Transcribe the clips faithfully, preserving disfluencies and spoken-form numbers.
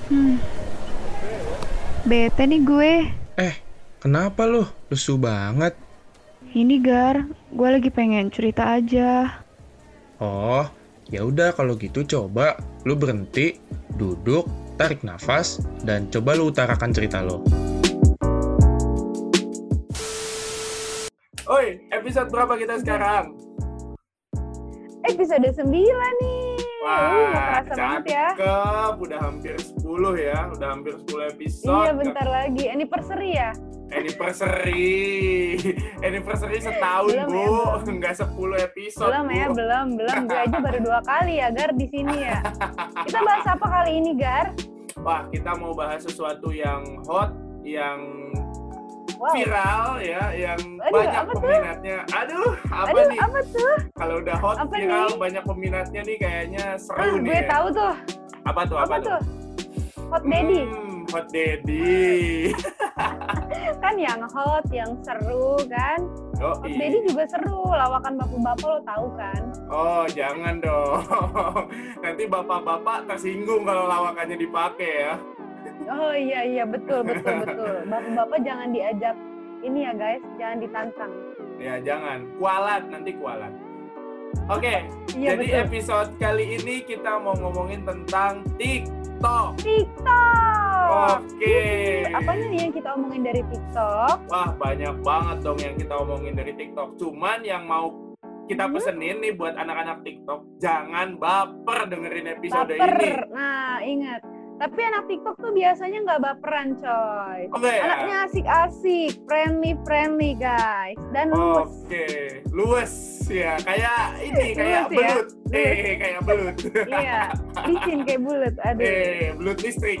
Hmm, bete nih gue. Eh, kenapa lu? Lesu banget. Ini Gar, gue lagi pengen cerita aja. Oh, ya udah kalau gitu coba lu berhenti, duduk, tarik nafas, dan coba lu utarakan cerita lo. Oi, episode berapa kita sekarang? Episode sembilan nih. Uh, gak Wah, kerasa banget ya. cakep. Udah hampir sepuluh ya. Udah hampir sepuluh episode. Iya, bentar lagi. Anniversary ya? Anniversary. Anniversary setahun, Belum Bu. ya, belum. Enggak sepuluh episode, Belum Bu. ya, belum, belum. Gue aja baru dua kali ya, Gar, di sini ya. Kita bahas apa kali ini, Gar? Wah, kita mau bahas sesuatu yang hot, yang Wow. viral ya, yang Aduh, banyak apa tuh? peminatnya. Aduh, apa Aduh, nih? apa tuh? Kalau udah hot, Apa viral, nih? banyak peminatnya nih kayaknya Ah, seru nih gue ya. tahu tuh. Apa tuh? Apa, Apa tuh? Hot Daddy. Hmm, hot daddy. Kan yang hot, yang seru kan? Oh, Hot Daddy juga seru. Lawakan bapak-bapak lo tahu kan? Oh, jangan dong. Nanti bapak-bapak tersinggung kalau lawakannya dipakai ya. Oh iya, iya. Betul, betul, betul. Bapak-bapak jangan diajak ini ya, guys. Jangan ditantang. Ya, jangan. Kualat, nanti kualat. Oke, Iya, jadi betul. episode kali ini kita mau ngomongin tentang TikTok. TikTok. Oke. Apanya nih yang kita omongin dari TikTok? Wah, banyak banget dong yang kita omongin dari TikTok. Cuman yang mau kita Hmm? pesenin nih buat anak-anak TikTok, jangan baper dengerin episode Baper. ini. Nah, ingat. Tapi anak TikTok tuh biasanya nggak baperan, coy. Oh, enggak ya? Anaknya asik-asik, friendly-friendly, guys. Dan luwes. Oke, luwes ya, kayak ini, kayak Luwes ya? belut. Eh, kayak belut. Iya, licin kayak bulat. Aduh. Eh, belut listrik.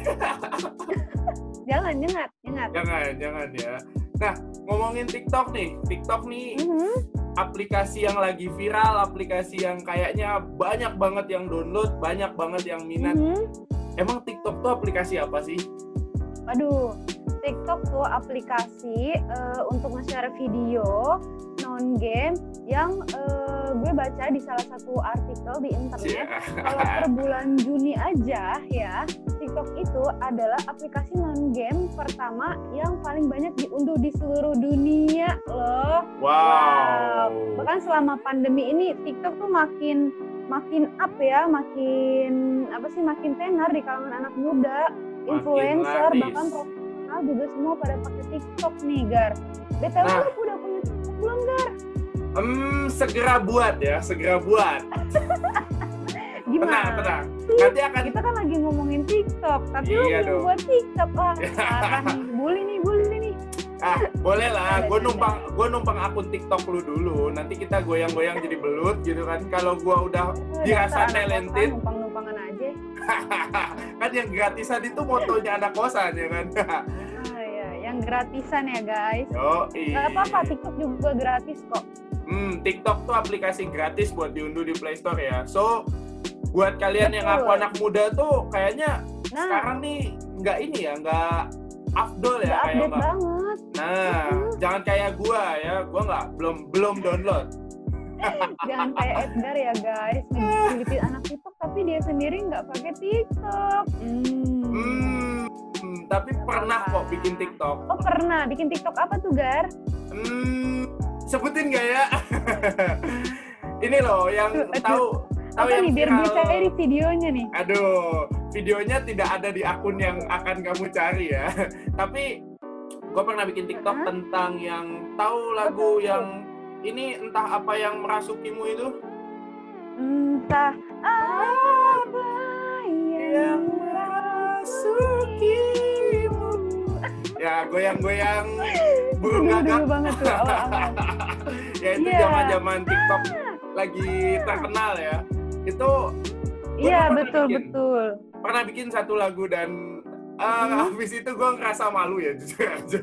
Jangan, nyengat, nyengat. Jangan, jangan ya. Nah, ngomongin TikTok nih. TikTok nih Mhm. aplikasi yang lagi viral, aplikasi yang kayaknya banyak banget yang download, banyak banget yang minat. Mhm. Emang TikTok tuh aplikasi apa sih? Aduh, TikTok tuh aplikasi eh, untuk nge-share video non game yang eh, gue baca di salah satu artikel di internet. Kalau per bulan Juni aja ya, TikTok itu adalah aplikasi non game pertama yang paling banyak diunduh di seluruh dunia loh. Wow. Bahkan selama pandemi ini TikTok tuh makin makin up ya, makin apa sih makin tenar di kalangan anak muda, Makin influencer, laris. bahkan profesional juga semua pada pakai TikTok nih, Gar. B T W Nah. lu udah punya TikTok belum, Gar? Hmm, segera buat ya, segera buat. Gimana? Tenang, tenang. Nanti akan Kita kan lagi ngomongin TikTok, tapi Iya lu belum dong. buat TikTok. Ah, parah nih, bully nih, bully nih. ah, boleh lah. Ada, Gue ada. numpang, gue numpang akun TikTok lu dulu. Nanti kita goyang-goyang jadi belut gitu kan. Kalau gue udah dirasa Dasar anak talented, kosan, numpang-numpangan aja. kan yang gratisan itu motonya anak kosan ya kan. Ah ya, yang gratisan ya, guys. Yo, Gak apa-apa, TikTok juga gratis kok. Hmm, TikTok tuh aplikasi gratis buat diunduh di Play Store ya. So, buat kalian yang Betul. aku anak muda tuh kayaknya Nah, sekarang nih nggak ini ya, nggak afdol ya udah kayak update nggak. banget. Nah, jangan kayak gua ya, gua nggak belum belum download. Jangan kayak Edgar ya, guys. Ngejulitin anak TikTok, tapi dia sendiri nggak pakai TikTok. Hmm. Hmm, hmm, tapi Nggak pernah apa-apa. kok bikin TikTok. Oh, pernah bikin TikTok apa tuh, Gar? Hmm, sebutin nggak ya? Ini loh yang Aduh, tahu tahu Apa yang nih, biar gue viral. cari videonya nih. Aduh, videonya tidak ada di akun yang akan kamu cari ya. Tapi gue pernah bikin TikTok Hah? tentang yang tahu lagu yang ini entah apa yang merasukimu itu. Entah apa yang merasukimu. Ya, goyang-goyang burung Dulu-dulu gagak. banget tuh, awal-awal. Ya itu Iya. zaman-zaman TikTok lagi terkenal ya. Itu gua Iya, pernah betul, bikin. betul. pernah bikin satu lagu dan uh, Hmm. habis itu gue ngerasa malu ya jujur aja.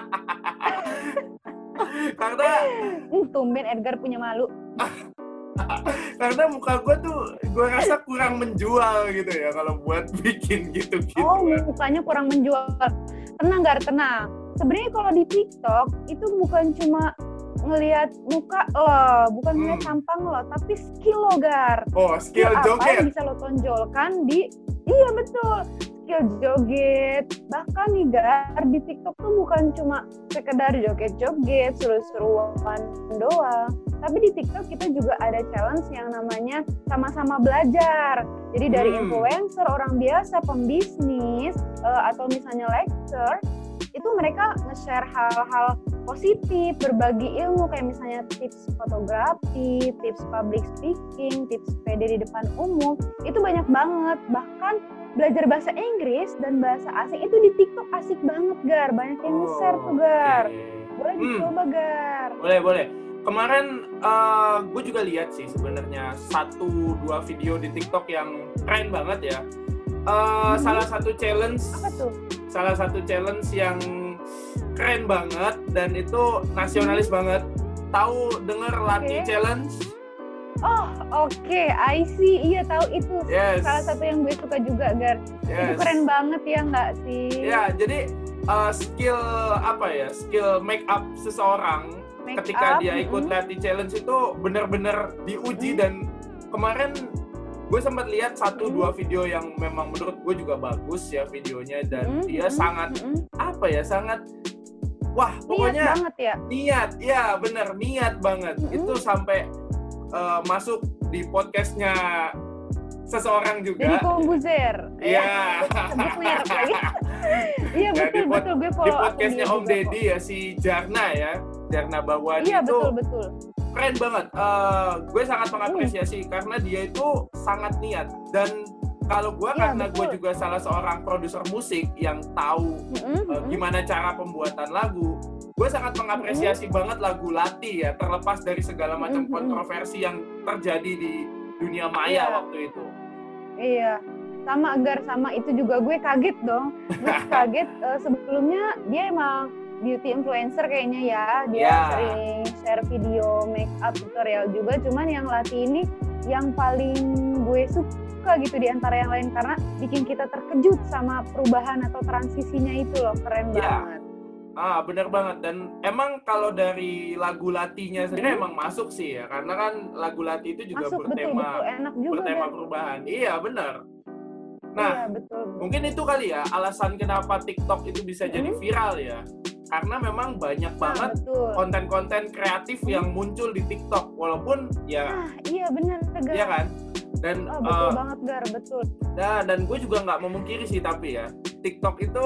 Karena Hmm, tumben Edgar punya malu. karena muka gue tuh gue rasa kurang menjual gitu ya kalau buat bikin gitu-gitu. Oh, mukanya kurang menjual. Tenang, Gar, tenang. Sebenarnya kalau di TikTok itu bukan cuma ngelihat muka lo, bukan ngelihat Hmm. tampang lo, tapi skill lo, Gar. Oh, skill apa joget. yang bisa lo tonjolkan di iya betul, skill skill joget. Bahkan nih Gar, di TikTok tuh bukan cuma sekedar joget-joget, seru-seruan doang. Tapi di TikTok kita juga ada challenge yang namanya sama-sama belajar. Jadi dari Hmm. influencer, orang biasa, pembisnis, uh, atau misalnya lecturer, itu mereka nge-share hal-hal positif, berbagi ilmu kayak misalnya tips fotografi, tips public speaking, tips pede di depan umum. Itu banyak banget. Bahkan belajar bahasa Inggris dan bahasa asing itu di TikTok asik banget, Gar. Banyak yang nge-share tuh, Gar. Oke. Boleh Hmm. dicoba, Gar. Boleh, boleh. Kemarin uh, gue juga lihat sih sebenarnya satu dua video di TikTok yang keren banget ya. Uh, Hmm. Salah satu challenge, Apa tuh? salah satu challenge yang keren banget dan itu nasionalis banget. Tahu dengar Lati Oke. Challenge? Oh, oke. I see. Iya, tahu itu. Yes. Salah satu yang gue suka juga, Gar. Itu Yes. keren banget ya, nggak sih? Ya, jadi uh, skill apa ya? Skill make up seseorang Make ketika up, dia ikut mm-mm. Lati Challenge itu benar-benar diuji Mm. dan kemarin gue sempat lihat satu Mm. dua video yang memang menurut gue juga bagus ya videonya dan Mm, dia mm, sangat mm, mm. apa ya sangat wah Niat pokoknya banget ya. niat ya bener niat banget Mm-mm. itu sampai uh, masuk di podcastnya seseorang Jadi juga. Kombuzer. Iya. Sebut merek lagi. Iya, Ya, di betul pod- betul gue Di follow podcastnya akun Om dia juga Deddy ya si Jarna ya Jarna kok. Bahwani Iya, itu betul betul. keren banget. Uh, gue sangat mengapresiasi karena dia itu sangat niat dan kalau gue Iya, karena gue betul. juga salah seorang produser musik yang tahu Mm-mm, uh, mm-mm. gimana cara pembuatan lagu, gue sangat mengapresiasi banget lagu Lati ya terlepas dari segala macam Mm-mm. kontroversi yang terjadi di dunia maya Iya. waktu itu. Iya. Sama Gar, sama itu juga gue kaget dong. Gue kaget eh, sebelumnya dia emang beauty influencer kayaknya ya. Dia Iya. sering share video make up tutorial juga. Cuman yang Lati ini yang paling gue suka gitu di antara yang lain karena bikin kita terkejut sama perubahan atau transisinya itu loh. Keren Iya. banget. Ah, bener banget. Dan emang kalau dari lagu Latinya sendiri Mhm. emang masuk sih ya, karena kan lagu Lati itu juga Masuk betul bertema betul enak juga. bertema Gar. perubahan. Iya, bener. Iya, Nah, betul. mungkin itu kali ya alasan kenapa TikTok itu bisa jadi Mhm. viral ya. Karena memang banyak Nah, banget betul. konten-konten kreatif Mhm. yang muncul di TikTok. Walaupun ya, Ah, iya benar Gar. iya kan? Dan Oh, betul eh, banget Gar, betul. nah, dan gue juga nggak memungkiri sih tapi ya TikTok itu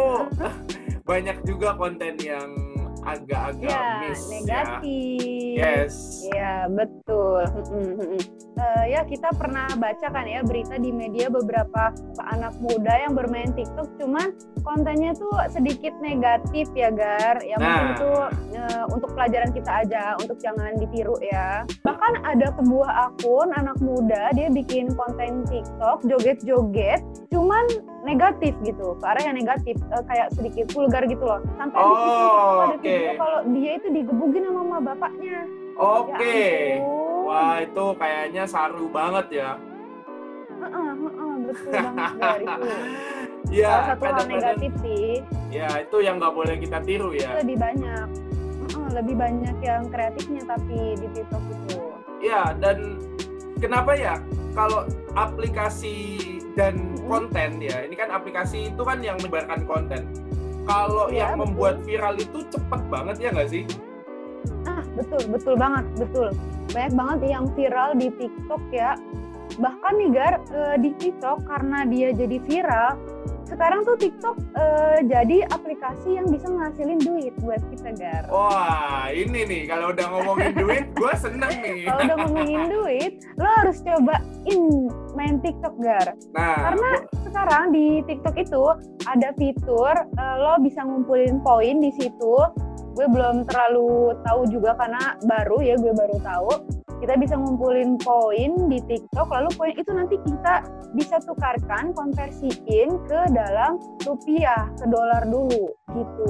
banyak juga konten yang agak-agak Ya, miss negatif. ya. Yes. Iya, betul. Mm-mm, mm-mm. Eh, ya, kita pernah baca kan ya berita di media beberapa anak muda yang bermain TikTok, cuman kontennya tuh sedikit negatif ya, Gar. Ya mungkin Nah. itu eh, untuk pelajaran kita aja, untuk jangan ditiru ya. Bahkan ada sebuah akun anak muda, dia bikin konten TikTok joget-joget, cuman negatif gitu, ke arah yang negatif, eh, kayak sedikit vulgar gitu loh. Sampai di Oh, situ ada oke. video kalau dia itu digebukin sama mama bapaknya. Oke. Ya ampun. Wah, itu kayaknya saru banget ya. Heeh, heeh, betul banget Gar itu. Iya, Salah satu hal kadang-kadang negatif sih, ya itu yang nggak boleh kita tiru ya. lebih banyak. Heeh, lebih banyak yang kreatifnya tapi di TikTok itu. Iya, dan kenapa ya kalau aplikasi dan Mm-mm. konten ya, ini kan aplikasi itu kan yang menyebarkan konten. Kalau Iya, yang betul. membuat viral itu cepet banget ya nggak sih? Ah, betul, betul banget, betul. Banyak banget yang viral di TikTok ya. Bahkan nih Gar, eh, di TikTok karena dia jadi viral, sekarang tuh TikTok eh, jadi aplikasi yang bisa ngasilin duit buat kita, Gar. Wah, ini nih kalau udah ngomongin duit, gue seneng nih. Kalau udah ngomongin duit, lo harus cobain main TikTok, Gar. Nah, Karena sekarang di TikTok itu ada fitur eh, lo bisa ngumpulin poin di situ. Gue belum terlalu tahu juga karena baru ya, gue baru tahu. Kita bisa ngumpulin poin di TikTok, lalu poin itu nanti kita bisa tukarkan, konversiin ke dalam rupiah, ke dolar dulu, gitu.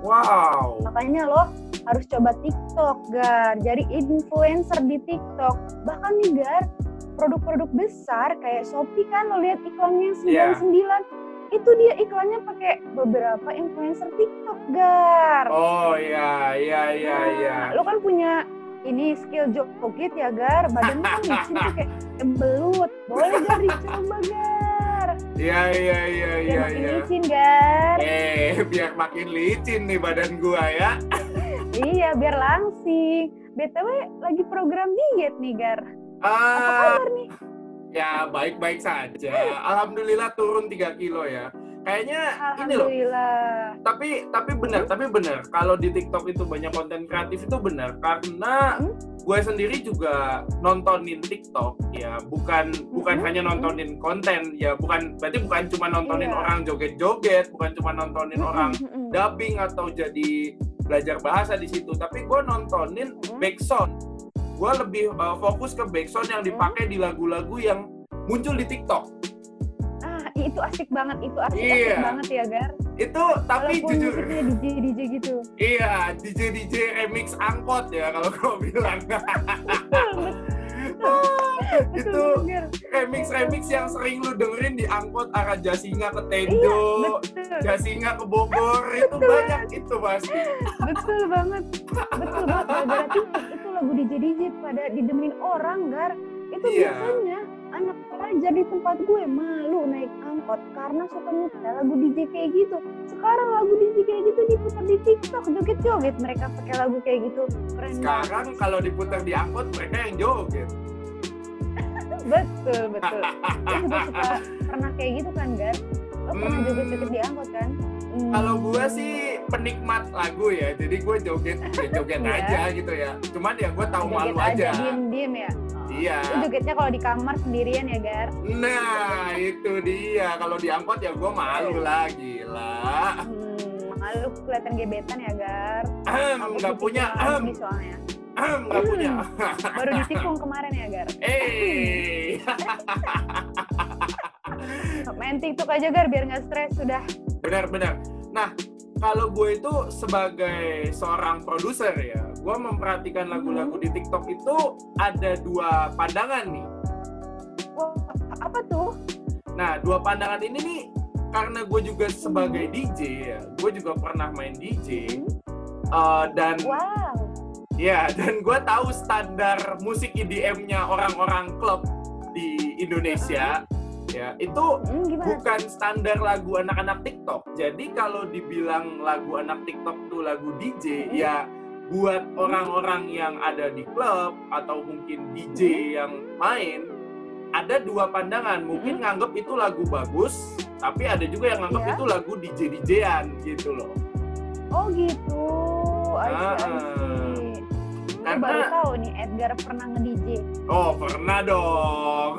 wow. Makanya lo harus coba TikTok, Gar. Jadi influencer di TikTok. Bahkan nih, Gar, produk-produk besar kayak Shopee kan lo lihat iklannya sembilan puluh sembilan. Itu dia iklannya pakai beberapa influencer TikTok, Gar. Oh iya, iya, iya, Nah, iya. lo kan punya ini skill joget ya, Gar. Badan lo kan di sini kayak belut. Boleh Gar dicoba, Gar. Iya, iya, iya, Biar iya. makin iya. licin, Gar. Eh, biar makin licin nih badan gua ya. Iya, biar langsing. B T W lagi program diet nih, Gar. Apa Ah, kabar nih? ya baik-baik saja. Alhamdulillah turun tiga kilo ya. Kayaknya ini loh. Alhamdulillah. Tapi tapi benar, tapi benar. Kalau di TikTok itu banyak konten kreatif itu benar karena Hmm? gue sendiri juga nontonin TikTok ya, bukan bukan Hmm. hanya nontonin konten ya, bukan berarti bukan cuma nontonin Iya. orang joget-joget, bukan cuma nontonin Mm-mm, orang mm-mm. dubbing atau jadi belajar bahasa di situ, tapi gue nontonin Hmm. backsound. Gue lebih uh, fokus ke backsound yang dipakai di lagu-lagu yang muncul di TikTok. Ah, itu asik banget, itu asik, Iya. asik banget ya, Gar. Itu tapi Walaupun jujur, musiknya D J D J gitu. iya D J D J remix angkot ya kalau gue bilang. Betul, Itu betul, Gar. remix-remix yang sering lu dengerin di angkot arah Jasinga ke Tendo, Iya, betul. Jasinga ke Bogor, itu banyak itu pasti. Betul banget. Betul banget. Gara-gara TikTok itu lagu D J D J pada didemin orang, Gar. Itu Iya. biasanya anak pelajar di tempat gue malu naik angkot karena suka nyetel lagu D J kayak gitu. Sekarang lagu D J kayak gitu diputar di TikTok, joget-joget mereka pakai lagu kayak gitu. Keren Sekarang kalau diputar di angkot mereka yang joget. banget. Betul, betul. Gue juga suka pernah kayak gitu kan, Gar. Lo pernah Hmm. joget-joget di angkot kan? Hmm. Kalau gue sih penikmat lagu ya, jadi gue joget ya joget Iya. aja gitu ya. Cuman ya gue tahu Joget malu aja. diem-diem ya. Iya. Lu jogetnya kalau di kamar sendirian ya, Gar? Nah itu dia. Kalau di angkot ya gue malu lah, gila. Hmm, malu kelihatan gebetan ya, Gar? Ahem, Aku nggak cuci punya. lagi Ahem, soalnya. ahem, nggak punya. Baru ditikung kemarin ya, Gar? Eh. Main TikTok aja, Gar, biar nggak stres sudah. Benar-benar. Nah, kalau gue itu sebagai seorang produser ya, gue memperhatikan lagu-lagu di TikTok itu ada dua pandangan nih. Wah, apa tuh? Nah, dua pandangan ini nih, karena gue juga sebagai D J ya, gue juga pernah main D J, uh, dan Wow. ya, dan gue tahu standar musik E D M-nya orang-orang klub di Indonesia. Ya, itu Hmm, gimana? bukan standar lagu anak-anak TikTok. Jadi kalau dibilang lagu anak TikTok itu lagu D J, Hmm. ya buat orang-orang yang ada di klub atau mungkin D J yang main, ada dua pandangan. Mungkin Hmm. nganggep itu lagu bagus, tapi ada juga yang nganggep Iya. itu lagu D J D J-an gitu loh. Oh gitu. I see, I Ah, see. Gue karena- baru tahu nih Edgar pernah nge-D J. Oh, pernah dong.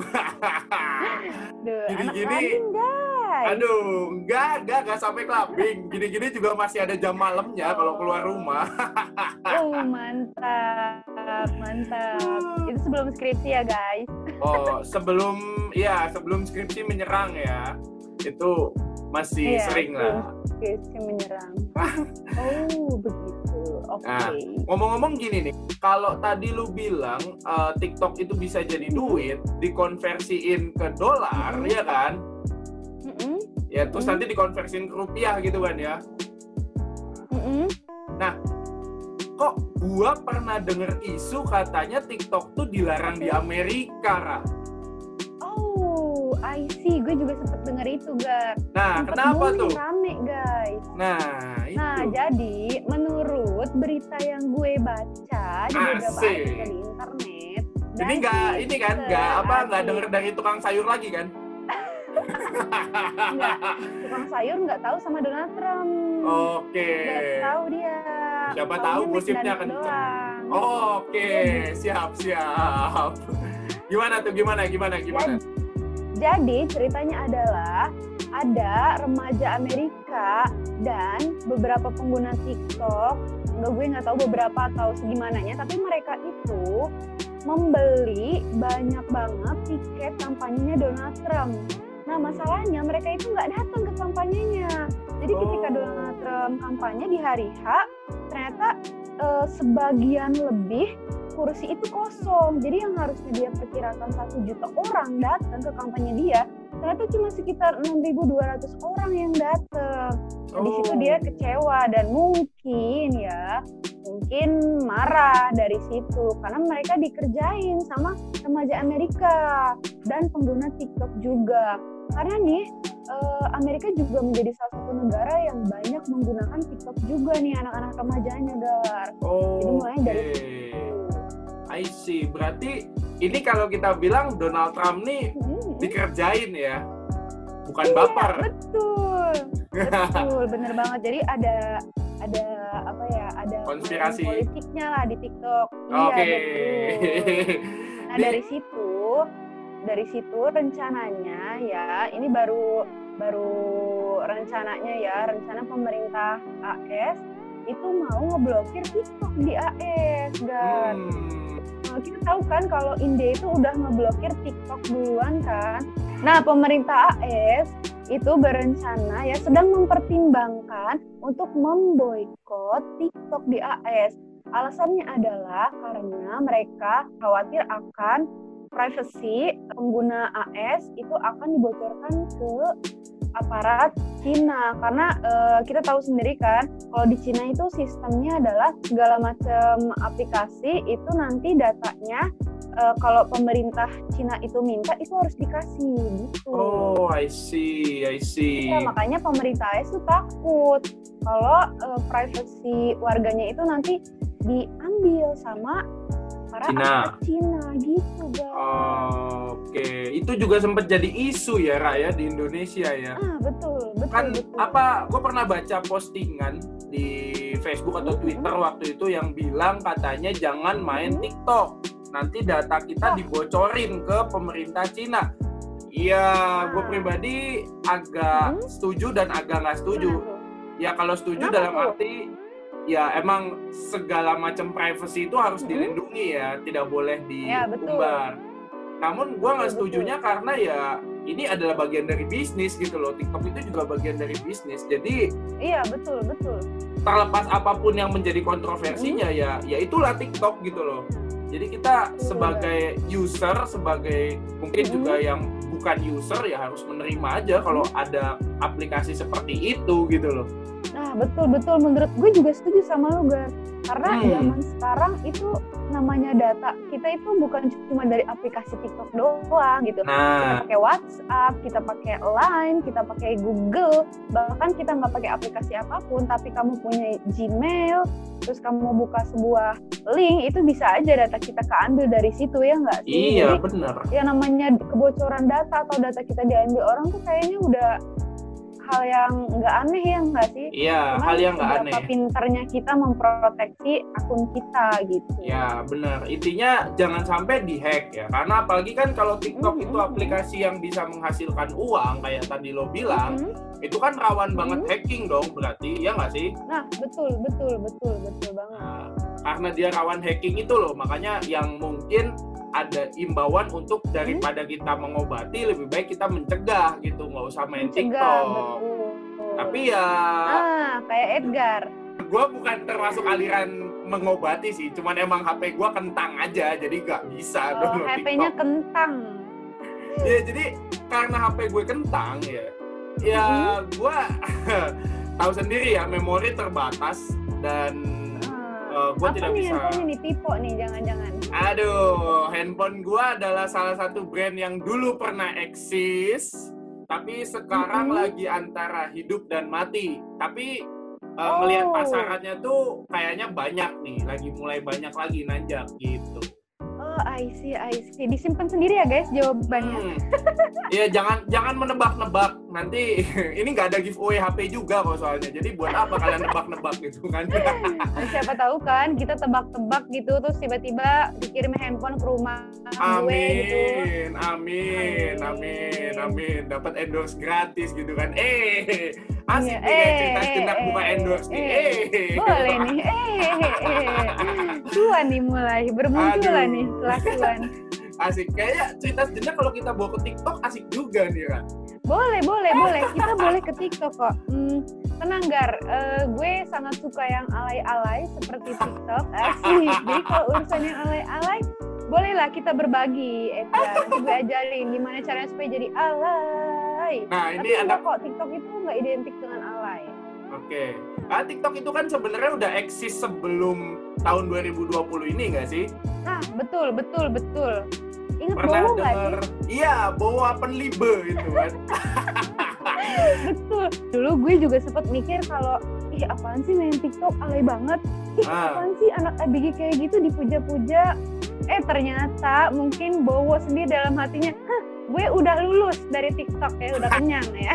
Duh, anak Gini-gini. Radin, guys. Aduh, enggak, enggak, enggak sampai clubbing. Gini-gini juga masih ada jam malamnya kalau keluar rumah. Oh, mantap. Mantap. Itu sebelum skripsi ya, guys. Oh, sebelum ya sebelum skripsi menyerang ya, itu masih Iya, sering lah. Skripsi menyerang. Oh, begitu. Oke. Nah, ngomong-ngomong gini nih, kalau tadi lu bilang uh, TikTok itu bisa jadi duit, dikonversiin ke dolar, Hmm. ya kan? Mm-mm. Ya terus Hmm. nanti dikonversiin ke rupiah gitu kan ya. Mm-mm. Kok gua pernah denger isu katanya TikTok tuh dilarang di Amerika, Ra. Oh, I see. Gue juga sempet denger itu, Gar. Nah, Sempet kenapa booming, tuh? Rame, guys. Nah, itu. Nah, jadi menurut berita yang gue baca di beberapa Asik. artikel di internet, dan Ini nggak, si ini kan, nggak apa, nggak searti- denger dari tukang sayur lagi kan? Nggak, tukang sayur nggak tahu sama Donald Trump. Oke. Nggak tahu dia. Siapa Taunya tahu Mac gosipnya Daniel kenceng. doang. Oke, siap, siap. Gimana tuh, gimana, gimana, gimana? Jadi ceritanya adalah ada remaja Amerika dan beberapa pengguna TikTok, nggak gue nggak tahu beberapa atau segimananya, tapi mereka itu membeli banyak banget tiket kampanyenya Donald Trump. Nah masalahnya mereka itu nggak datang ke kampanyenya. Jadi ketika Oh. Donald Trump kampanye di hari H, ternyata eh, sebagian lebih kursi itu kosong. Jadi yang harusnya dia perkirakan satu juta orang datang ke kampanye dia, ternyata cuma sekitar enam ribu dua ratus orang yang datang. Nah, di situ Oh. dia kecewa dan mungkin ya, mungkin marah dari situ karena mereka dikerjain sama remaja Amerika dan pengguna TikTok juga. Karena nih uh, Amerika juga menjadi salah satu negara yang banyak menggunakan TikTok juga nih anak-anak remajanya, Gar. Oh, jadi mulai okay. dari I see. Berarti ini kalau kita bilang Donald Trump nih hmm. dikerjain ya, bukan iya, baper. Betul, betul, bener banget. Jadi ada ada apa ya? Ada konspirasi politiknya lah di TikTok. Oke. Okay. Iya, nah di... dari situ, dari situ rencananya ya, ini baru baru rencananya ya, rencana pemerintah A S itu mau ngeblokir TikTok di A S, dan hmm. kita tahu kan kalau India itu udah ngeblokir TikTok duluan kan. Nah, pemerintah A S itu berencana ya sedang mempertimbangkan untuk memboikot TikTok di A S. Alasannya adalah karena mereka khawatir akan privasi pengguna A S itu akan dibocorkan ke aparat Cina, karena uh, kita tahu sendiri kan kalau di Cina itu sistemnya adalah segala macam aplikasi itu nanti datanya uh, kalau pemerintah Cina itu minta itu harus dikasih gitu. Oh, I see, I see. Ya, makanya pemerintah A S itu takut kalau uh, privasi warganya itu nanti diambil sama para aparat Cina gitu, guys. Oh, oke, okay. Itu juga sempat jadi isu ya, Ra, ya di Indonesia ya. Ah, betul, betul. Kan betul. apa? Gue pernah baca postingan di Facebook atau mm-hmm. Twitter waktu itu yang bilang katanya jangan main mm-hmm. TikTok, nanti data kita oh. dibocorin ke pemerintah Cina. Iya, ah. gue pribadi agak mm-hmm. setuju dan agak nggak setuju. Nah, ya kalau setuju Kenapa dalam tuh? arti ya emang segala macam privacy itu harus mm-hmm. dilindungi ya, tidak boleh diumbar. Ya, namun gue nggak setujunya betul. Karena ya ini adalah bagian dari bisnis gitu loh. TikTok itu juga bagian dari bisnis. Jadi iya betul betul. Terlepas apapun yang menjadi kontroversinya mm-hmm. ya, ya itulah TikTok gitu loh. Jadi kita betul. Sebagai user, sebagai mungkin mm-hmm. juga yang bukan user ya harus menerima aja kalau mm-hmm. ada aplikasi seperti itu gitu loh. Nah, betul-betul menurut gue juga setuju sama lu, Gar. Karena hmm. zaman sekarang itu namanya data kita itu bukan cuma dari aplikasi TikTok doang gitu. Nah. Kita pakai WhatsApp, kita pakai Line, kita pakai Google, bahkan kita nggak pakai aplikasi apapun, tapi kamu punya Gmail, terus kamu buka sebuah link, itu bisa aja data kita keambil dari situ, ya nggak sih? Iya, benar. Yang namanya kebocoran data atau data kita diambil orang tuh kayaknya udah hal yang nggak aneh ya nggak sih? Iya, cuman hal yang nggak aneh. Pinternya kita memproteksi akun kita gitu. Ya benar. Intinya jangan sampai dihack ya. Karena apalagi kan kalau TikTok mm-hmm. itu aplikasi yang bisa menghasilkan uang kayak tadi lo bilang, mm-hmm. itu kan rawan banget mm-hmm. hacking dong berarti, ya nggak sih? Nah betul betul betul betul banget. Nah, karena dia rawan hacking itu loh, makanya yang mungkin ada imbauan untuk daripada kita mengobati lebih baik kita mencegah gitu, nggak usah main mencegah, TikTok. Betul. Tapi ya ah kayak Edgar. Gue bukan termasuk aliran mengobati sih, cuman emang H P gue kentang aja, jadi nggak bisa oh, download H P-nya TikTok. Kentang. Ya jadi karena H P gue kentang ya, ya mm-hmm. gue tahu sendiri ya memori terbatas dan Uh, gue tidak nih bisa. Apa nih tipe nih jangan-jangan? Aduh, handphone gue adalah salah satu brand yang dulu pernah eksis, tapi sekarang mm-hmm. lagi antara hidup dan mati. Tapi uh, oh. melihat pasarannya tuh kayaknya banyak nih, lagi mulai banyak lagi nanjak gitu. Oh, I see, I see. Disimpan sendiri ya guys jawabannya. Iya, hmm. jangan jangan menebak-nebak. Nanti ini nggak ada giveaway H P juga kok soalnya. Jadi buat apa kalian nebak-nebak gitu kan? Siapa tahu kan kita tebak-tebak gitu terus tiba-tiba dikirim handphone ke rumah amin, gue gitu. Amin, amin, amin. Dapat endorse gratis gitu kan. Eh, asik iya, nih eh, cerita sejenak eh, buka endorse eh, nih. Eh. Boleh nih. Eh, eh. Cuan nih mulai bermunculan nih kelakuan. Asik. Kayaknya cerita sejenak kalau kita bawa ke TikTok asik juga nih, Ra. Boleh, boleh, boleh. Kita boleh ke TikTok kok. Hmm, tenang, Gar. Uh, gue sangat suka yang alay-alay seperti TikTok. Asik. Jadi kalau urusan yang alay-alay, bolehlah kita berbagi, Edgar. Nanti gue ajarin gimana caranya supaya jadi alay. Nah, ini tapi ada kok TikTok itu nggak identik dengan alay. Oke. Okay. Nah, TikTok itu kan sebenarnya udah eksis sebelum tahun dua ribu dua puluh ini nggak sih? Nah, betul, betul, betul. Ingat pernah Bowo nggak denger, sih? Iya, Bowo Appenliebe itu kan. Betul. Dulu gue juga sempat mikir kalau ih apaan sih main TikTok, alay banget. Ih Ah. apaan sih anak A B G kayak gitu dipuja-puja. Eh ternyata mungkin Bowo sendiri dalam hatinya, hah gue udah lulus dari TikTok ya, udah kenyang ya.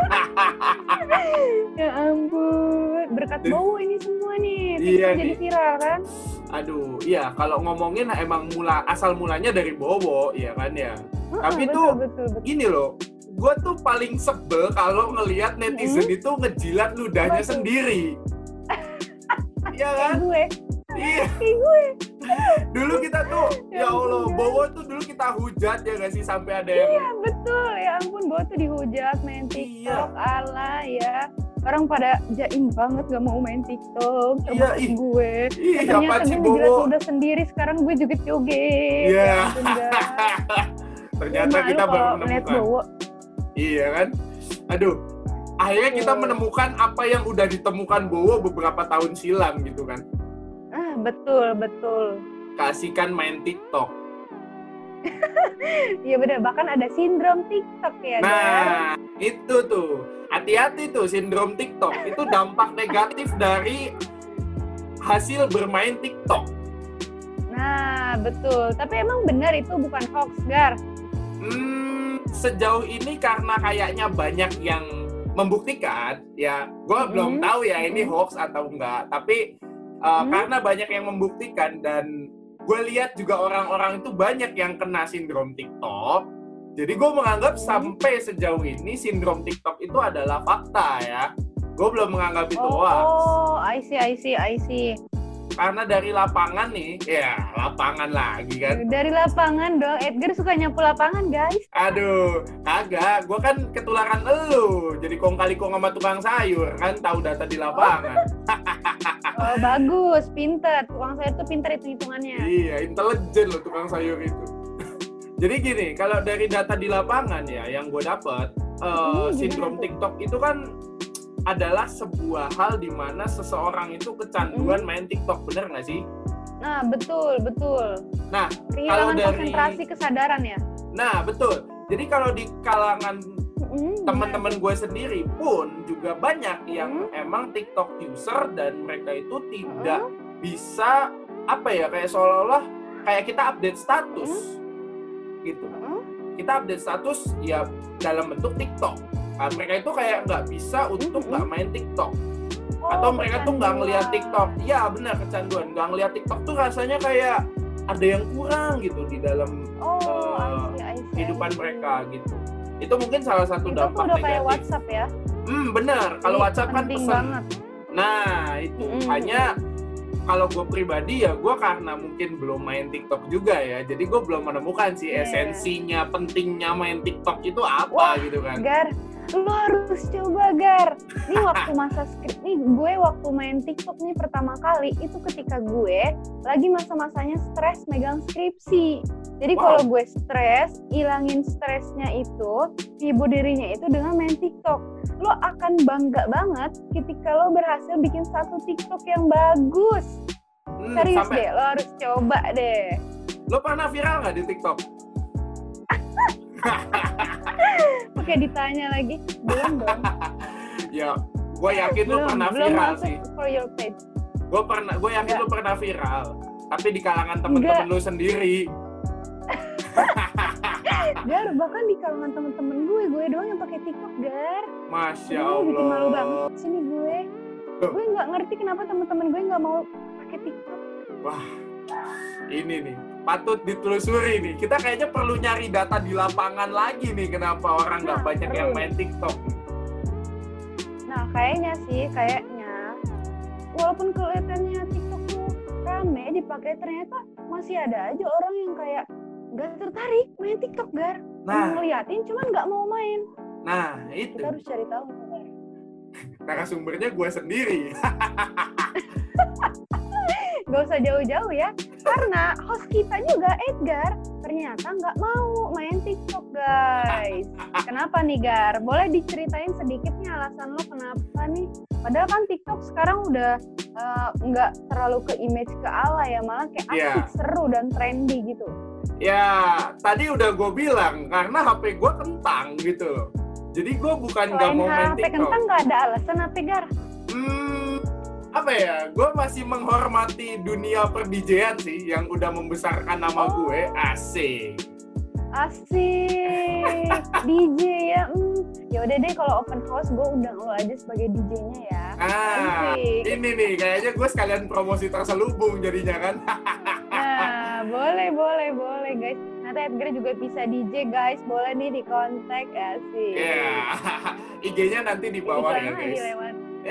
Ya ampun, berkat Bowo ini semua nih, TikTok Iya jadi nih. viral kan. Aduh, iya kalau ngomongin emang mula asal mulanya dari Bowo, ya kan ya. Heeh, Tapi betul, tuh betul, betul. gini loh, gue tuh paling sebel kalau ngelihat netizen itu ngejilat ludahnya Apa tuh? sendiri. Iya kan? Kayak gue, Iya. kayak gue. Dulu kita tuh, ya Allah, Bowo tuh dulu kita hujat ya gak sih sampai ada yang Iya betul, ya ampun Bowo tuh dihujat main TikTok, Iya. ala ya. Orang pada jaim banget gak mau main TikTok, Iya, termasuk ih. gue. Ih, Ternyata apaan sih dia ngejilat Bowo? udah sendiri, sekarang gue joget-joget. Iya. Ya ampun guys. Ternyata Malu kita baru kalau melihat menemukan. Bowo. Iya kan? Aduh, akhirnya kita Betul. menemukan apa yang udah ditemukan Bowo beberapa tahun silam gitu kan. Ah betul, betul. Kasihkan main TikTok. Iya bener, bahkan ada sindrom TikTok ya Gar. Nah, itu tuh. Hati-hati tuh sindrom TikTok. Itu dampak negatif dari hasil bermain TikTok. Nah betul, tapi emang benar itu bukan hoax Gar. Hmm, sejauh ini karena kayaknya banyak yang membuktikan, ya gue Mm-mm. belum tahu ya ini Mm-mm. hoax atau enggak. Tapi uh, Mm. karena banyak yang membuktikan dan gue lihat juga orang-orang itu banyak yang kena sindrom TikTok. Jadi gue menganggap Mm. sampai sejauh ini sindrom TikTok itu adalah fakta ya. Gue belum menganggap itu hoax. Oh, I see, I see, I see. Karena dari lapangan nih, ya lapangan lagi kan. Dari lapangan dong, Edgar suka nyapu lapangan guys. Aduh, kagak. Gue kan ketularan elu. Jadi kong kali kong sama tukang sayur. Kan tahu data di lapangan. Oh, bagus, pinter. Tukang sayur tuh pinter itu hitungannya. Iya, intelijen loh tukang sayur itu. Jadi gini, kalau dari data di lapangan ya, yang gue dapet, uh, Hmm, gimana sindrom tuh? TikTok itu kan adalah sebuah hal di mana seseorang itu kecanduan main TikTok. Bener nggak sih? Nah, betul, betul. Nah, Kehilangan dari- konsentrasi, kesadaran ya. Nah, betul. Jadi kalau di kalangan Mm, teman-teman gue sendiri pun juga banyak yang Hmm. emang TikTok user dan mereka itu tidak bisa apa ya kayak seolah-olah kayak kita update status gitu. Mm, Kita update status ya dalam bentuk TikTok. Nah, mereka itu kayak nggak bisa untuk Hmm. nggak main TikTok oh, atau mereka tuh nggak ngelihat kecanduan. TikTok. Iya benar kecanduan. Nggak ngelihat TikTok tuh rasanya kayak ada yang kurang gitu di dalam Oh, eh, I see, I see, I kehidupan see. mereka gitu. Itu mungkin salah satu Itu tuh dampak udah kayak negatif. WhatsApp ya. Hmm, benar. Kalau Jadi WhatsApp kan penting pesan. banget. Nah, itu Mm-mm. hanya kalau gue pribadi ya gue karena mungkin belum main TikTok juga ya. Jadi gue belum menemukan sih Yeah. esensinya, pentingnya main TikTok itu apa Wah, gitu kan. Gar, lo harus coba Gar. Ini waktu masa skrip nih, gue waktu main TikTok nih pertama kali itu ketika gue lagi masa-masanya stres megang skripsi. Jadi Wow. kalau gue stres, ilangin stresnya itu, hibur dirinya itu dengan main TikTok. Lo akan bangga banget ketika lo berhasil bikin satu TikTok yang bagus. Hmm, Serius sampai deh, lo harus coba deh. lo pernah viral nggak di TikTok? Oke, ditanya lagi, belum dong. Ya, gue yakin lo belum, pernah belum viral masuk sih. for your page. Gue pernah, gue yakin Enggak. lo pernah viral. Tapi di kalangan temen-temen lo sendiri. Gar, bahkan di kalangan temen-temen gue, gue doang yang pakai TikTok, Gar. Masya Gue bikin malu Allah. banget sini gue. Loh. Gue nggak ngerti kenapa temen-temen gue nggak mau pakai TikTok. Wah, ini nih patut ditelusuri nih. Kita kayaknya perlu nyari data di lapangan lagi nih kenapa orang nggak Nah, banyak perlu. yang main TikTok. Nah, kayaknya sih, kayaknya walaupun kelihatannya TikTok tuh rame dipakai, ternyata masih ada aja orang yang kayak nggak tertarik main TikTok, Gar. Nah, Emang ngeliatin, cuman nggak mau main. nah itu Kita harus cari tahu, Gar. narasumbernya gue sendiri. Gak usah jauh-jauh ya, karena host kita juga Edgar ternyata nggak mau main TikTok, guys. Kenapa nih, Gar? Boleh diceritain sedikit nih alasan lo kenapa nih? Padahal kan TikTok sekarang udah uh, nggak terlalu ke image ke ala ya, malah kayak asik, Iya. seru dan trendy gitu. Ya, tadi udah gue bilang karena H P gue kentang gitu loh. Jadi gue bukan nggak Selain mau main H P TikTok. kentang nggak ada alasan apa Gar? Hmm, apa ya? Gue masih menghormati dunia per-D J-an sih yang udah membesarkan nama Oh. gue. Asik. Asik, D J ya. Hmm. Ya udah deh kalau open house gue undang lo aja sebagai D J-nya ya. Ah, Asik. ini nih kayaknya gue sekalian promosi terselubung jadinya kan. Nah, boleh, boleh, boleh guys. Nanti Edgar juga bisa D J guys. Boleh nih di kontak asik. Iya, I G-nya nanti di bawah ya Iklan aja guys. lewat.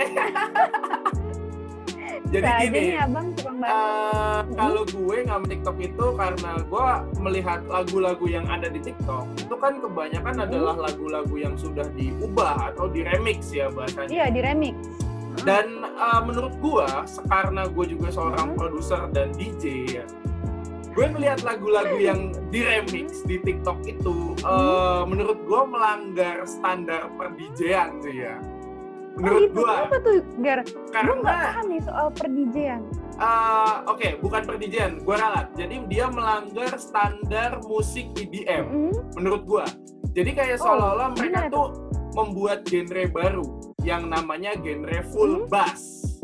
Jadi Bisa aja gini, nih abang tukang banget. Uh, kalau gue nggak main TikTok itu karena gue melihat lagu-lagu yang ada di TikTok itu kan kebanyakan Hmm. adalah lagu-lagu yang sudah diubah atau diremix ya bahasanya. Iya di remix. Dan uh, menurut gue, karena gue juga seorang Hmm. produser dan D J ya, gue melihat lagu-lagu yang diremix di TikTok itu, uh, menurut gue melanggar standar per-D J-an sih ya. Menurut Oh gitu, gue, apa tuh Gar? Gue karena nggak paham nih soal per-D J-an. Uh, Oke, okay, bukan per-D J-an, gue ralat. Jadi dia melanggar standar musik E D M, Mm-hmm. menurut gue. Jadi kayak Oh, seolah-olah mereka gimana tuh membuat genre baru yang namanya genre full Hmm? bass.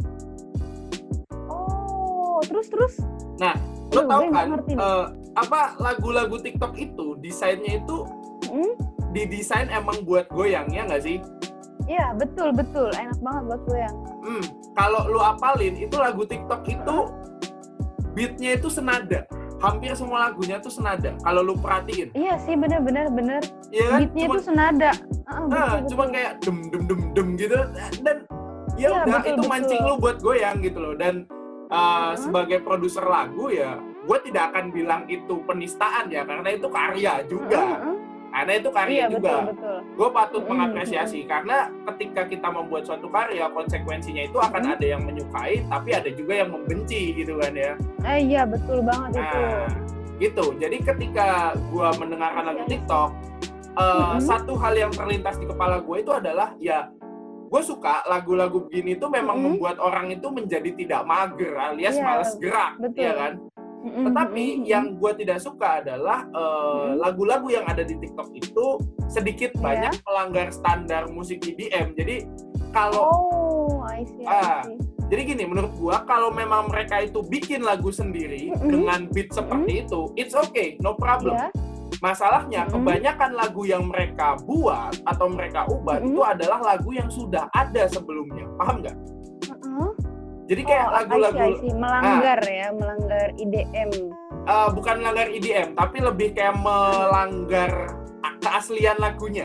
Oh, terus terus. Nah, lo Aduh, tau gue nggak kan, ngerti nih. uh, apa lagu-lagu TikTok itu desainnya itu Hmm? didesain emang buat goyang, ya nggak sih? Iya betul betul, enak banget buat gue yang. Hmm, kalau lu apalin itu lagu TikTok itu beatnya itu senada. Hampir semua lagunya tuh senada. Kalau lu perhatiin, Iya sih bener-bener bener. ya kan? Beatnya Cuman, itu senada. Ah, ah, betul, cuman betul. kayak dem dem dem dem gitu dan ya Iya, udah betul, itu betul. mancing lu buat goyang gitu loh. Dan uh, sebagai produser lagu ya, gue tidak akan bilang itu penistaan ya karena itu karya juga. Heeh, Karena itu karya Iya juga. betul betul. Gue patut Mm-mm, mengapresiasi karena ketika kita membuat suatu karya konsekuensinya itu akan Mm. ada yang menyukai tapi ada juga yang membenci gitu kan ya. Eh iya betul banget itu. Nah gitu, jadi ketika gue mendengarkan lagu Iya, iya. TikTok uh, Mm-mm. satu hal yang terlintas di kepala gue itu adalah ya gue suka lagu-lagu begini tuh memang Mm-mm. membuat orang itu menjadi tidak mager alias Iya, malas gerak, betul. ya kan? Mm-mm, Tetapi mm-mm, yang gue tidak suka adalah uh, Hmm. lagu-lagu yang ada di TikTok itu sedikit Iya. banyak melanggar standar musik E D M. Jadi kalau Oh, I see, Ah, I see. jadi gini, menurut gue kalau memang mereka itu bikin lagu sendiri Mm-mm. dengan beat seperti itu, it's okay, no problem. Iya. Masalahnya Mm-mm. kebanyakan lagu yang mereka buat atau mereka ubah Mm-mm. itu adalah lagu yang sudah ada sebelumnya, paham nggak? Heeh. Jadi kayak Oh, lagu-lagu I see, I see. melanggar ya, melanggar I D M. uh, bukan melanggar E D M, tapi lebih kayak melanggar keaslian lagunya.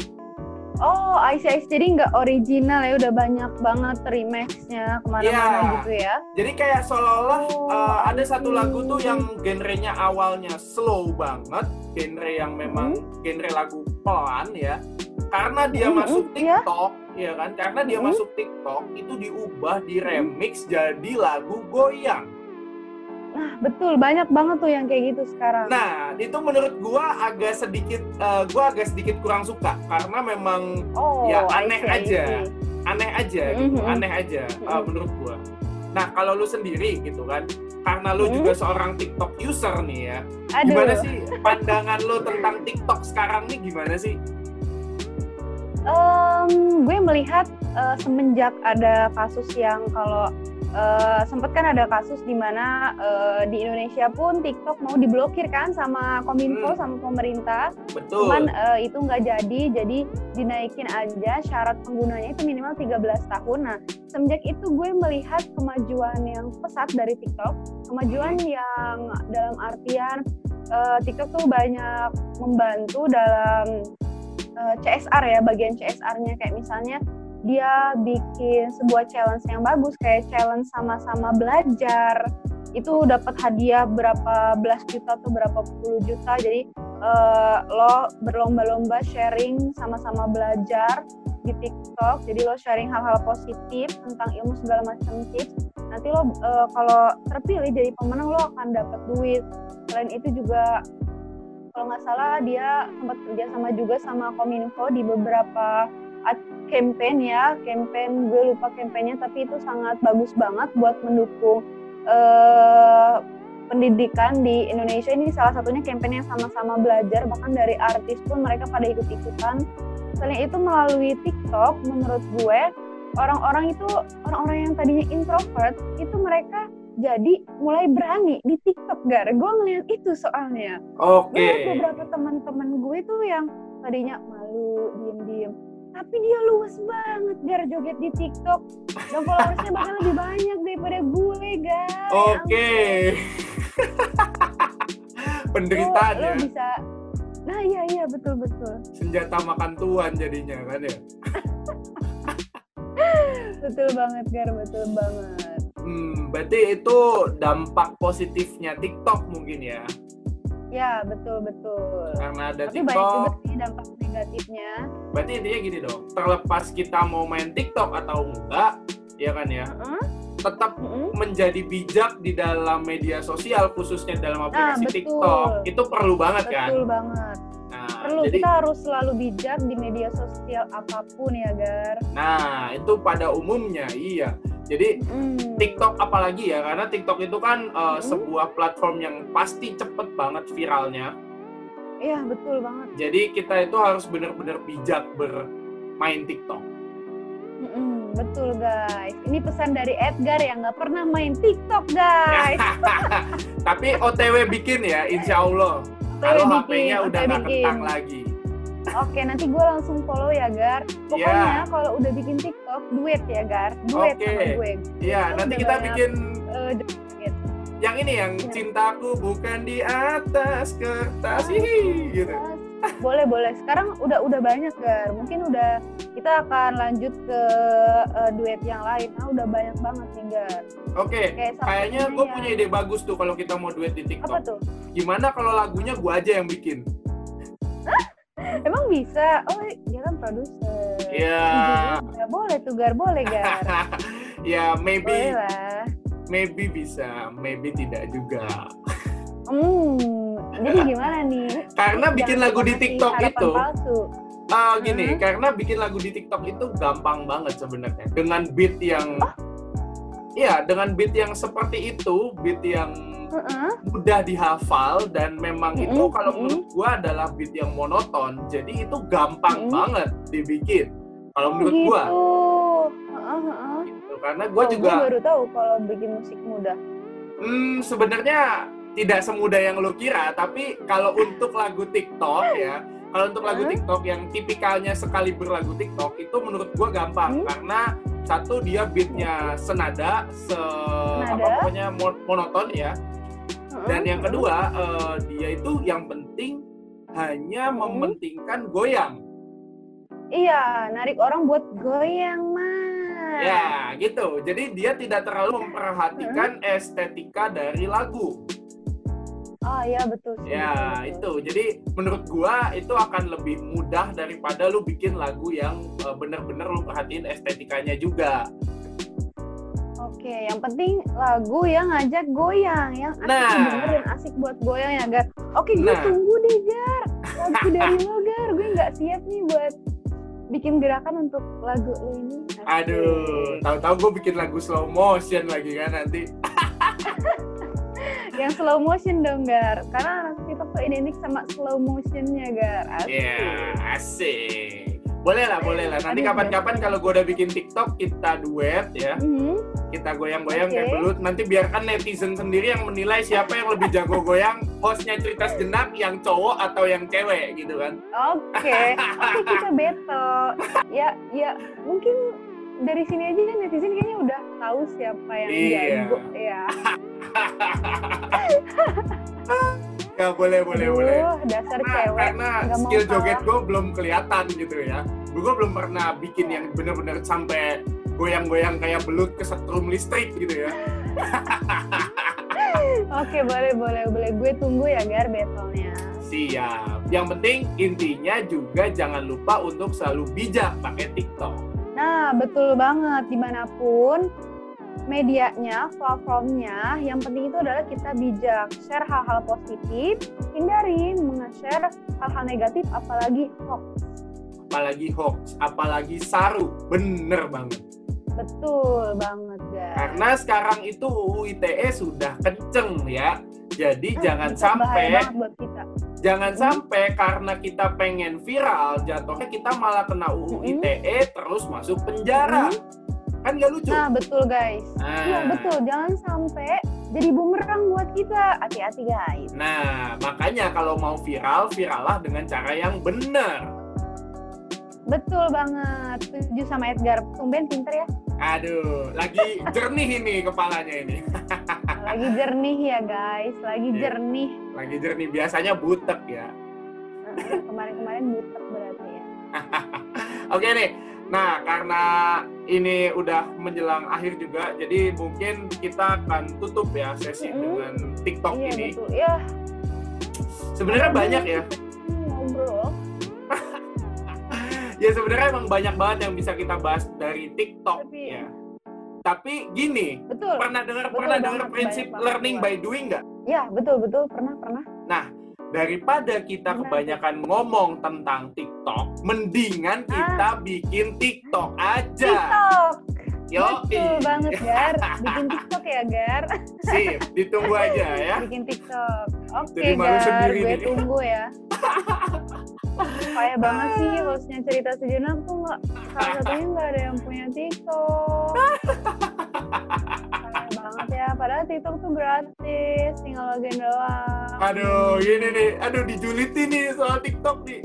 Oh, I see, I see. Jadi nggak original ya, udah banyak banget remix-nya kemana-mana Iya. gitu ya. Jadi kayak seolah-olah Oh, uh, ada I satu see. lagu tuh yang genrenya awalnya slow banget, genre yang memang genre lagu pelan ya. Karena dia Mm-mm, masuk iya. TikTok, ya kan? Karena dia Mm-mm. masuk TikTok itu diubah, diremix jadi lagu goyang. Nah, betul. Banyak banget tuh yang kayak gitu sekarang. Nah, itu menurut gua agak sedikit uh, gua agak sedikit kurang suka karena memang oh, ya, I aneh see, I aja. see. aneh aja gitu, Mhm. aneh aja uh, Mhm. menurut gua. Nah, kalau lu sendiri gitu kan, karena lu Mhm. juga seorang TikTok user nih ya, Aduh. gimana sih pandangan lu tentang TikTok sekarang nih gimana sih? Em, gue melihat eh, semenjak ada kasus yang kalau eh, sempet kan ada kasus di mana eh, di Indonesia pun TikTok mau diblokir kan sama Kominfo Hmm. sama pemerintah. Betul. Cuman eh, itu nggak jadi, jadi dinaikin aja syarat penggunanya itu minimal tiga belas tahun. Nah, semenjak itu gue melihat kemajuan yang pesat dari TikTok, kemajuan yang dalam artian eh, TikTok tuh banyak membantu dalam eh, C S R ya, bagian C S R-nya kayak misalnya dia bikin sebuah challenge yang bagus kayak challenge sama-sama belajar, itu dapat hadiah berapa belas juta atau berapa puluh juta. Jadi uh, lo berlomba-lomba sharing sama-sama belajar di TikTok. Jadi lo sharing hal-hal positif tentang ilmu segala macam tips. Nanti lo uh, kalau terpilih jadi pemenang lo akan dapat duit. Selain itu juga kalau nggak salah dia sempat kerja sama juga sama Kominfo di beberapa campaign ya, campaign gue lupa campaignnya, tapi itu sangat bagus banget buat mendukung uh, pendidikan di Indonesia. Ini salah satunya campaign yang sama-sama belajar, bahkan dari artis pun mereka pada ikut-ikutan misalnya itu melalui TikTok, menurut gue orang-orang itu orang-orang yang tadinya introvert itu mereka jadi mulai berani di TikTok, Gar. Gue ngeliat itu soalnya. Oke. Gue liat beberapa teman-teman gue tuh yang tadinya malu, diem-diem, tapi dia luas banget, Gar, joget di TikTok. Dan followersnya bahkan lebih banyak daripada gue, Gar. Oke. Penderitaan lo, ya. Lo bisa. Nah iya iya betul betul. Senjata makan tuan jadinya kan ya. Betul banget, Gar, betul banget. Hmm, berarti itu dampak positifnya TikTok mungkin ya? Ya, betul-betul. Karena ada Tapi TikTok. banyak juga sih dampak negatifnya. Berarti intinya gini dong, terlepas kita mau main TikTok atau enggak, ya kan ya, Uh-huh. tetap Uh-huh. menjadi bijak di dalam media sosial, khususnya dalam aplikasi betul. TikTok, itu perlu banget kan? Betul banget. Nah, Perlu, jadi, kita harus selalu bijak di media sosial apapun ya, Gar. nah itu pada umumnya, iya. Jadi Hmm. TikTok apalagi ya, karena TikTok itu kan uh, Hmm. sebuah platform yang pasti cepet banget viralnya. Iya, betul banget. Jadi kita itu harus benar-benar bijak bermain TikTok. Mm-mm, betul, guys. Ini pesan dari Edgar yang nggak pernah main TikTok, guys. Tapi O T W bikin ya, insya Allah. Kalau H P-nya udah nggak kentang lagi. Oke, nanti gue langsung follow ya, Gar. Pokoknya kalau udah bikin TikTok, duet ya, Gar. Duet Oke. sama gue. Iya, Kan nanti udah kita banyak, bikin eh, duet. yang ini, yang Iya. cintaku bukan di atas kertas, hihi, gitu. Boleh, boleh. Sekarang udah udah banyak, Gar. Mungkin udah kita akan lanjut ke uh, duet yang lain. Nah, udah banyak banget nih, Gar. Oke, Kayak salah kayaknya satunya gue yang- punya ide bagus tuh kalau kita mau duet di Apa TikTok. tuh? Gimana kalau lagunya gue aja yang bikin? Emang bisa? Oh, dia kan produser. Iya. Ya, boleh tuh, Gar. Boleh, Gar. Ya, maybe, Boleh lah. maybe bisa, maybe tidak juga. Hmm, jadi gimana nih? Karena bikin Jangan lagu di ngasih TikTok harapan itu, palsu. ah gini, Mhm. karena bikin lagu di TikTok itu gampang banget sebenarnya. Dengan beat yang, iya, dengan beat yang seperti itu, beat yang Heeh. mudah dihafal dan memang Mhm, itu kalau mhm. menurut gua adalah beat yang monoton, jadi itu gampang Mhm. banget dibikin. Kalau Oh, menurut gitu. gua, Heeh, heeh. gitu. Karena gua Oh, juga, Gue baru tahu kalau bikin musik mudah. hmm, sebenarnya tidak semudah yang lo kira, tapi kalau untuk lagu TikTok ya, kalau untuk lagu Hmm? TikTok yang tipikalnya sekali berlagu TikTok itu menurut gua gampang Hmm? karena satu dia beatnya senada, se apa Senada. pokoknya mon- monoton ya. Heeh, Dan yang heeh. kedua, eh, dia itu yang penting hanya Hmm? mementingkan goyang. Iya, narik orang buat goyang, mah. Ya, gitu. Jadi dia tidak terlalu memperhatikan estetika dari lagu. Oh iya, betul sih. Ya, betul, betul. itu. Jadi menurut gua itu akan lebih mudah daripada lu bikin lagu yang eh, bener-bener lu perhatiin estetikanya juga. Oke, yang penting lagu yang ngajak goyang, yang asik Nah. didengar dan asik buat goyang ya, Gar. Oke, gue Nah. tunggu deh, Gar. Lagu dari lo, Gar. Gue nggak siap nih buat bikin gerakan untuk lagu lo ini. Asik. Aduh, tahu-tahu gue bikin lagu slow motion lagi kan nanti. Yang slow motion dong, Gar. Karena anak TikTok tuh identik sama slow motionnya, Gar. Asik. Ya, asik. Boleh lah, boleh lah. Nanti Aduh, kapan-kapan kalau gue udah bikin TikTok, kita duet ya. Mhm. Kita goyang-goyang Oke. kayak belut. Nanti biarkan netizen sendiri yang menilai siapa yang lebih jago goyang, hostnya cerita sejenak, yang cowok atau yang cewek gitu kan. Oke, oke kita battle. Ya, ya mungkin dari sini aja netizen kayaknya udah tahu siapa yang Iya. jago ya. Ya boleh, boleh, Aduh, boleh. dasar Karena, cewek. karena nggak mau skill kalah. joget gue belum kelihatan gitu ya. Gue belum pernah bikin yang bener-bener sampai goyang-goyang kayak belut kesetrum listrik gitu ya. Oke, boleh, boleh, boleh. Gue tunggu ya, Gar, battle-nya. Siap. Yang penting intinya juga jangan lupa untuk selalu bijak pakai TikTok. Nah, betul banget. Dimanapun medianya, platformnya, yang penting itu adalah kita bijak. Share hal-hal positif, hindari meng-share hal-hal negatif, apalagi hoax. Apalagi hoax, apalagi saru. Bener banget. Betul banget, Gar. Karena sekarang itu U U I T E sudah kenceng ya. Jadi jangan Bahaya sampai banget buat kita. jangan sampai karena kita pengen viral, jatuhnya kita malah kena U U I T E terus masuk penjara. Kan nggak lucu? Nah, betul guys. Nah. Iya, betul. Jangan sampai jadi bumerang buat kita. Hati-hati guys. Nah, makanya kalau mau viral, virallah dengan cara yang benar. Betul banget. Setuju sama Edgar. Tumben pinter ya. Aduh, lagi jernih ini kepalanya ini. Lagi jernih ya guys. Lagi Iya. jernih. Lagi jernih, biasanya butek ya. Eh, Kemarin-kemarin butek berarti ya. Oke nih, nah karena ini udah menjelang akhir juga, jadi mungkin kita akan tutup ya sesi Mm-mm. dengan TikTok Iya ini. betul. Ya. Sebenarnya banyak ya. Ngobrol. Ya sebenarnya emang banyak banget yang bisa kita bahas dari TikTok Tapi- ya. Tapi gini, Betul. pernah dengar Betul pernah banget, dengar prinsip banyak banget learning keluar. by doing nggak? Ya, betul betul. Pernah pernah. Daripada kita Benar. kebanyakan ngomong tentang TikTok, mendingan kita bikin TikTok aja. TikTok. Yo, Betul banget Gar. Bikin TikTok ya Gar. Sip, ditunggu aja ya. Bikin TikTok. Oke Jadi malu Gar, sendiri gue nih. tunggu ya. Kayak banget sih hostnya cerita sejenak tuh nggak, salah satunya nggak ada yang punya TikTok. Kayak banget ya, padahal TikTok tuh gratis, tinggal login doang. Aduh, gini nih. Aduh, dijulitin nih soal TikTok nih.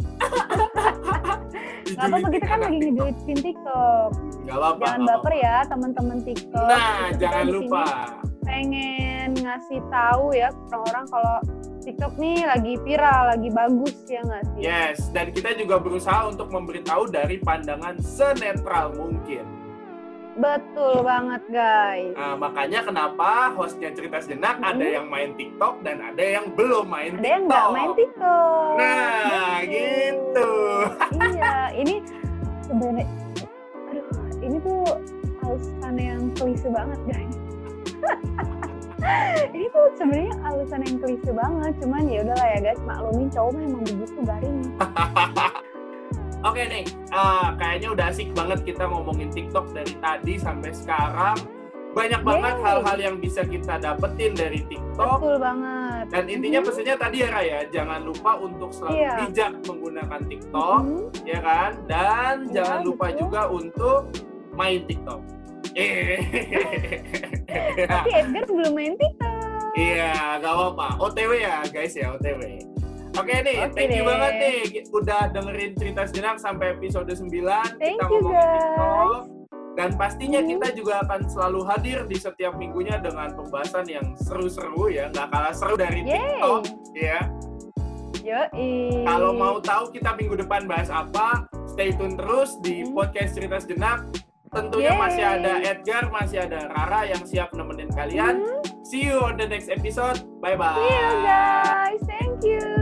Gak apa-apa, kita kan lagi ngejulitin TikTok. Gak apa-apa. Jangan nggak baper ya teman-teman TikTok. Nah, Kita jangan di sini lupa. pengen ngasih tahu ya ke orang-orang kalau TikTok nih lagi viral, lagi bagus ya nggak sih? Yes, dan kita juga berusaha untuk memberitahu dari pandangan senetral mungkin. Betul banget guys. Nah, makanya kenapa hostnya Cerita Sejenak Hmm. ada yang main TikTok dan ada yang belum main Ada yang TikTok. nggak main TikTok. Nah, Betul. gitu. Iya, ini sebenarnya, aduh, ini tuh alasan yang klise banget guys. Ini tuh sebenarnya alasan yang klise banget, cuman ya udahlah ya guys, maklumin cowok mah emang begitu garing. Oke nih, ah, kayaknya udah asik banget kita ngomongin TikTok dari tadi sampai sekarang. Banyak banget Yeay. hal-hal yang bisa kita dapetin dari TikTok. Betul banget. Dan intinya Mhm. pesannya tadi ya Raya, jangan lupa untuk selalu Iya. bijak menggunakan TikTok, Mhm. ya kan? Dan Iya, jangan lupa betul. juga untuk main TikTok. Eh. Tapi Edgar belum main TikTok. Iya, gak apa-apa. O T W ya guys ya, O T W. Oke nih, Oke thank you deh. banget nih udah dengerin Cerita Sejenak sampai episode sembilan. Thank kita you, ngomongin guys. TikTok. Dan pastinya Hmm. kita juga akan selalu hadir di setiap minggunya dengan pembahasan yang seru-seru ya, nggak kalah seru dari Yeay. TikTok ya. Yoi. Kalau mau tahu kita minggu depan bahas apa, stay tune terus di Hmm. podcast Cerita Sejenak. Tentunya Yeay. masih ada Edgar, masih ada Rara yang siap nemenin kalian. Hmm. See you on the next episode. Bye-bye. See you guys. Thank you.